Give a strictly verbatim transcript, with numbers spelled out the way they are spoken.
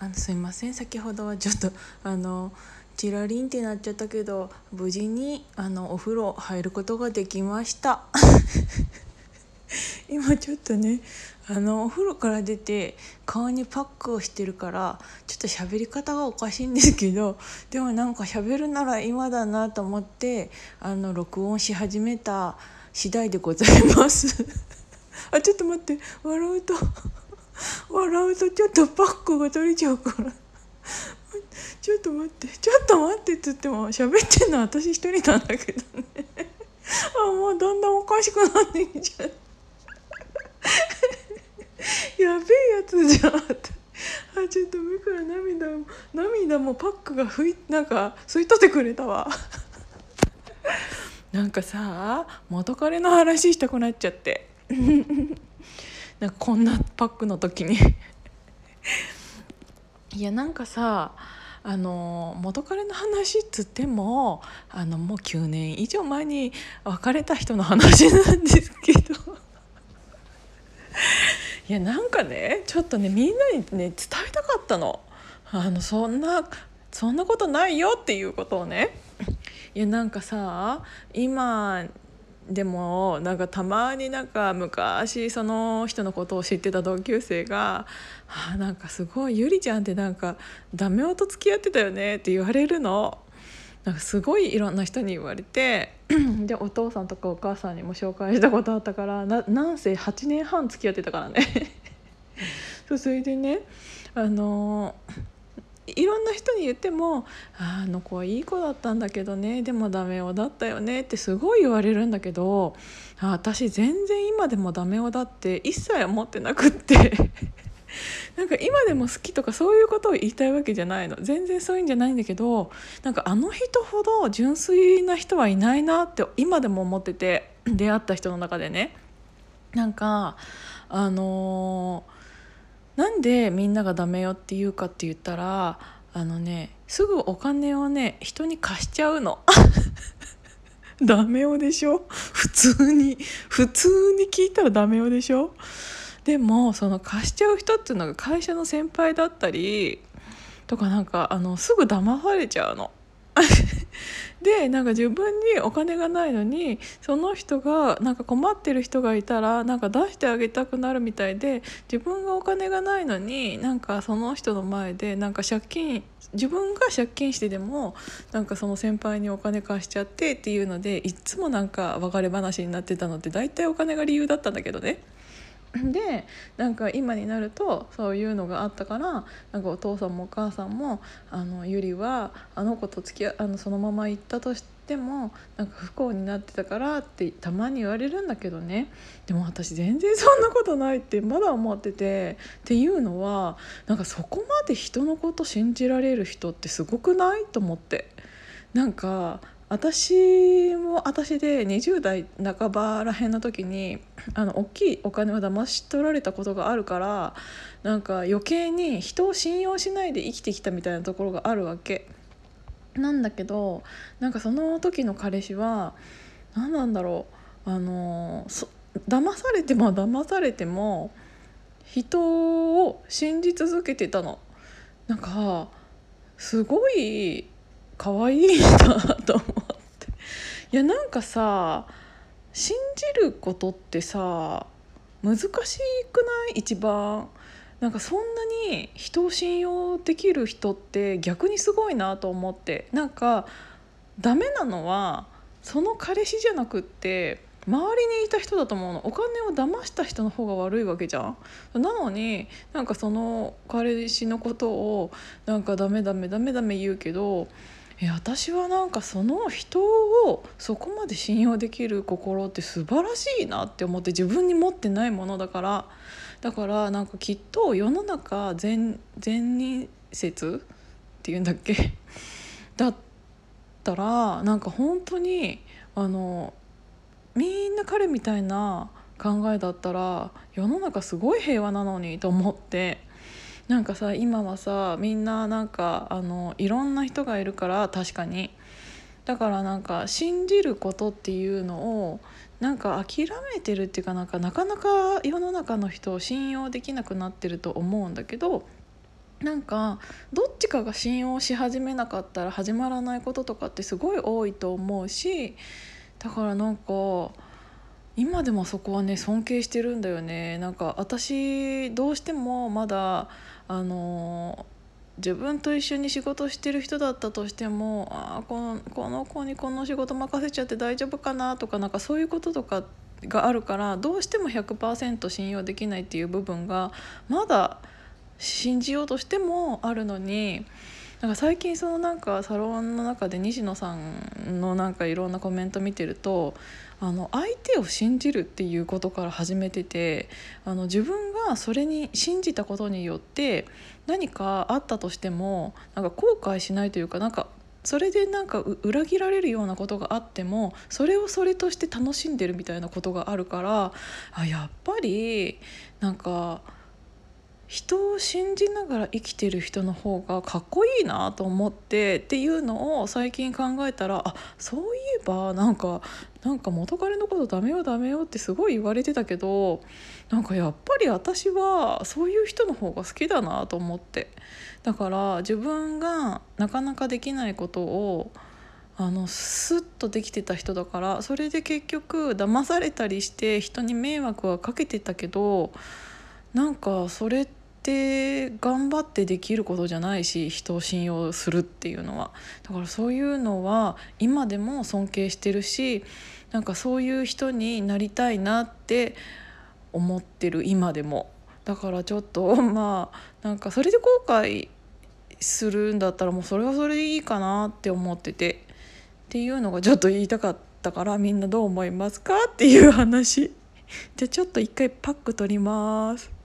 あのすいません、先ほどはちょっとあのチラリンってなっちゃったけど、無事にあのお風呂入ることができました今ちょっとね、あのお風呂から出て顔にパックをしてるからちょっと喋り方がおかしいんですけど、でもなんか喋るなら今だなと思ってあの録音し始めた次第でございますあ、ちょっと待って、笑うと笑うとちょっとパックが取れちゃうからちょっと待ってちょっと待ってっつっても喋ってんのは私一人なんだけどねあ、もうだんだんおかしくなってきちゃうやべえやつじゃんあ、ちょっと目から涙も涙もパックがふいなんか吸い取ってくれたわなんかさ、元彼の話したくなっちゃってなんかこんなパックの時にいやなんかさ、あの元彼の話っつってもあのもうきゅうねん以上前に別れた人の話なんですけどいやなんかね、ちょっとねみんなにね伝えたかったの。あのそんなそんなことないよっていうことをね。いやなんかさ、今でもなんかたまになんか昔その人のことを知ってた同級生が「はあ、なんかすごいゆりちゃんってなんかダメ男と付き合ってたよね」って言われるの。なんかすごいいろんな人に言われてでお父さんとかお母さんにも紹介したことあったからな、なんせはちねんはん付き合ってたからねそう、それでね、あのいろんな人に言ってもああの子はいい子だったんだけどね、でもダメ男だったよねってすごい言われるんだけど、あ、私全然今でもダメ男だって一切思ってなくってなんか今でも好きとかそういうことを言いたいわけじゃないの、全然そういうんじゃないんだけど、なんかあの人ほど純粋な人はいないなって今でも思ってて、出会った人の中でね。なんかあのーなんでみんながダメよって言うかって言ったら、あのねすぐお金をね人に貸しちゃうのダメ男でしょ、普通に普通に聞いたらダメ男でしょ。でもその貸しちゃう人っていうのが会社の先輩だったりとか、なんかあのすぐ騙されちゃうのでなんか自分にお金がないのにその人がなんか困ってる人がいたらなんか出してあげたくなるみたいで、自分がお金がないのになんかその人の前でなんか借金自分が借金してでもなんかその先輩にお金貸しちゃってっていうので、いつもなんか別れ話になってたのって大体お金が理由だったんだけどね。でなんか今になるとそういうのがあったから、なんかお父さんもお母さんもあのゆりはあの子と付き合あのそのまま行ったとしてもなんか不幸になってたからってたまに言われるんだけどね。でも私全然そんなことないってまだ思ってて、っていうのはなんかそこまで人のこと信じられる人ってすごくないと思って。なんか私も私でにじゅう代半ばらへんの時にあの大きいお金を騙し取られたことがあるから、なんか余計に人を信用しないで生きてきたみたいなところがあるわけなんだけど、なんかその時の彼氏は何なんだろう、あのそ騙されても騙されても人を信じ続けてたの。なんかすごい可愛いなと思って。いやなんかさ、信じることってさ難しくない？一番なんかそんなに人を信用できる人って逆にすごいなと思って。なんかダメなのはその彼氏じゃなくって周りにいた人だと思うの。お金を騙した人の方が悪いわけじゃん。なのになんかその彼氏のことをなんかダメダメダメダメ言うけど、え私はなんかその人をそこまで信用できる心って素晴らしいなって思って。自分に持ってないものだからだからなんかきっと世の中善善人説っていうんだっけだったらなんか本当にあのみんな彼みたいな考えだったら世の中すごい平和なのにと思って。なんかさ今はさみんななんかあのいろんな人がいるから確かにだからなんか信じることっていうのをなんか諦めてるっていうか、なんかなかなか世の中の人を信用できなくなってると思うんだけど、 なんかどっちかが信用し始めなかったら始まらないこととかってすごい多いと思うし、だからなんか今でもそこはね尊敬してるんだよね。なんか私どうしてもまだあの自分と一緒に仕事してる人だったとしても、あーこの、この子にこの仕事任せちゃって大丈夫かなとか、なんかそういうこととかがあるから、どうしてもひゃくパーセント信用できないっていう部分がまだ信じようとしてもあるのに、なんか最近そのなんかサロンの中で西野さんのなんかいろんなコメント見てると、あの相手を信じるっていうことから始めてて、あの自分がそれに信じたことによって何かあったとしてもなんか後悔しないというか、なんかそれでなんか裏切られるようなことがあってもそれをそれとして楽しんでるみたいなことがあるから、あやっぱりなんか人を信じながら生きてる人の方がかっこいいなと思ってっていうのを最近考えたら、あそういえばなんかなんか元彼のことダメよダメよってすごい言われてたけど、なんかやっぱり私はそういう人の方が好きだなと思って、だから自分がなかなかできないことをあのスッとできてた人だから、それで結局騙されたりして人に迷惑はかけてたけど、なんかそれって頑張ってできることじゃないし、人を信用するっていうのは。だからそういうのは今でも尊敬してるし、なんかそういう人になりたいなって思ってる今でも。だからちょっとまあなんかそれで後悔するんだったらもうそれはそれでいいかなって思ってて、っていうのがちょっと言いたかったから、みんなどう思いますかっていう話。じゃあちょっと一回パック取ります。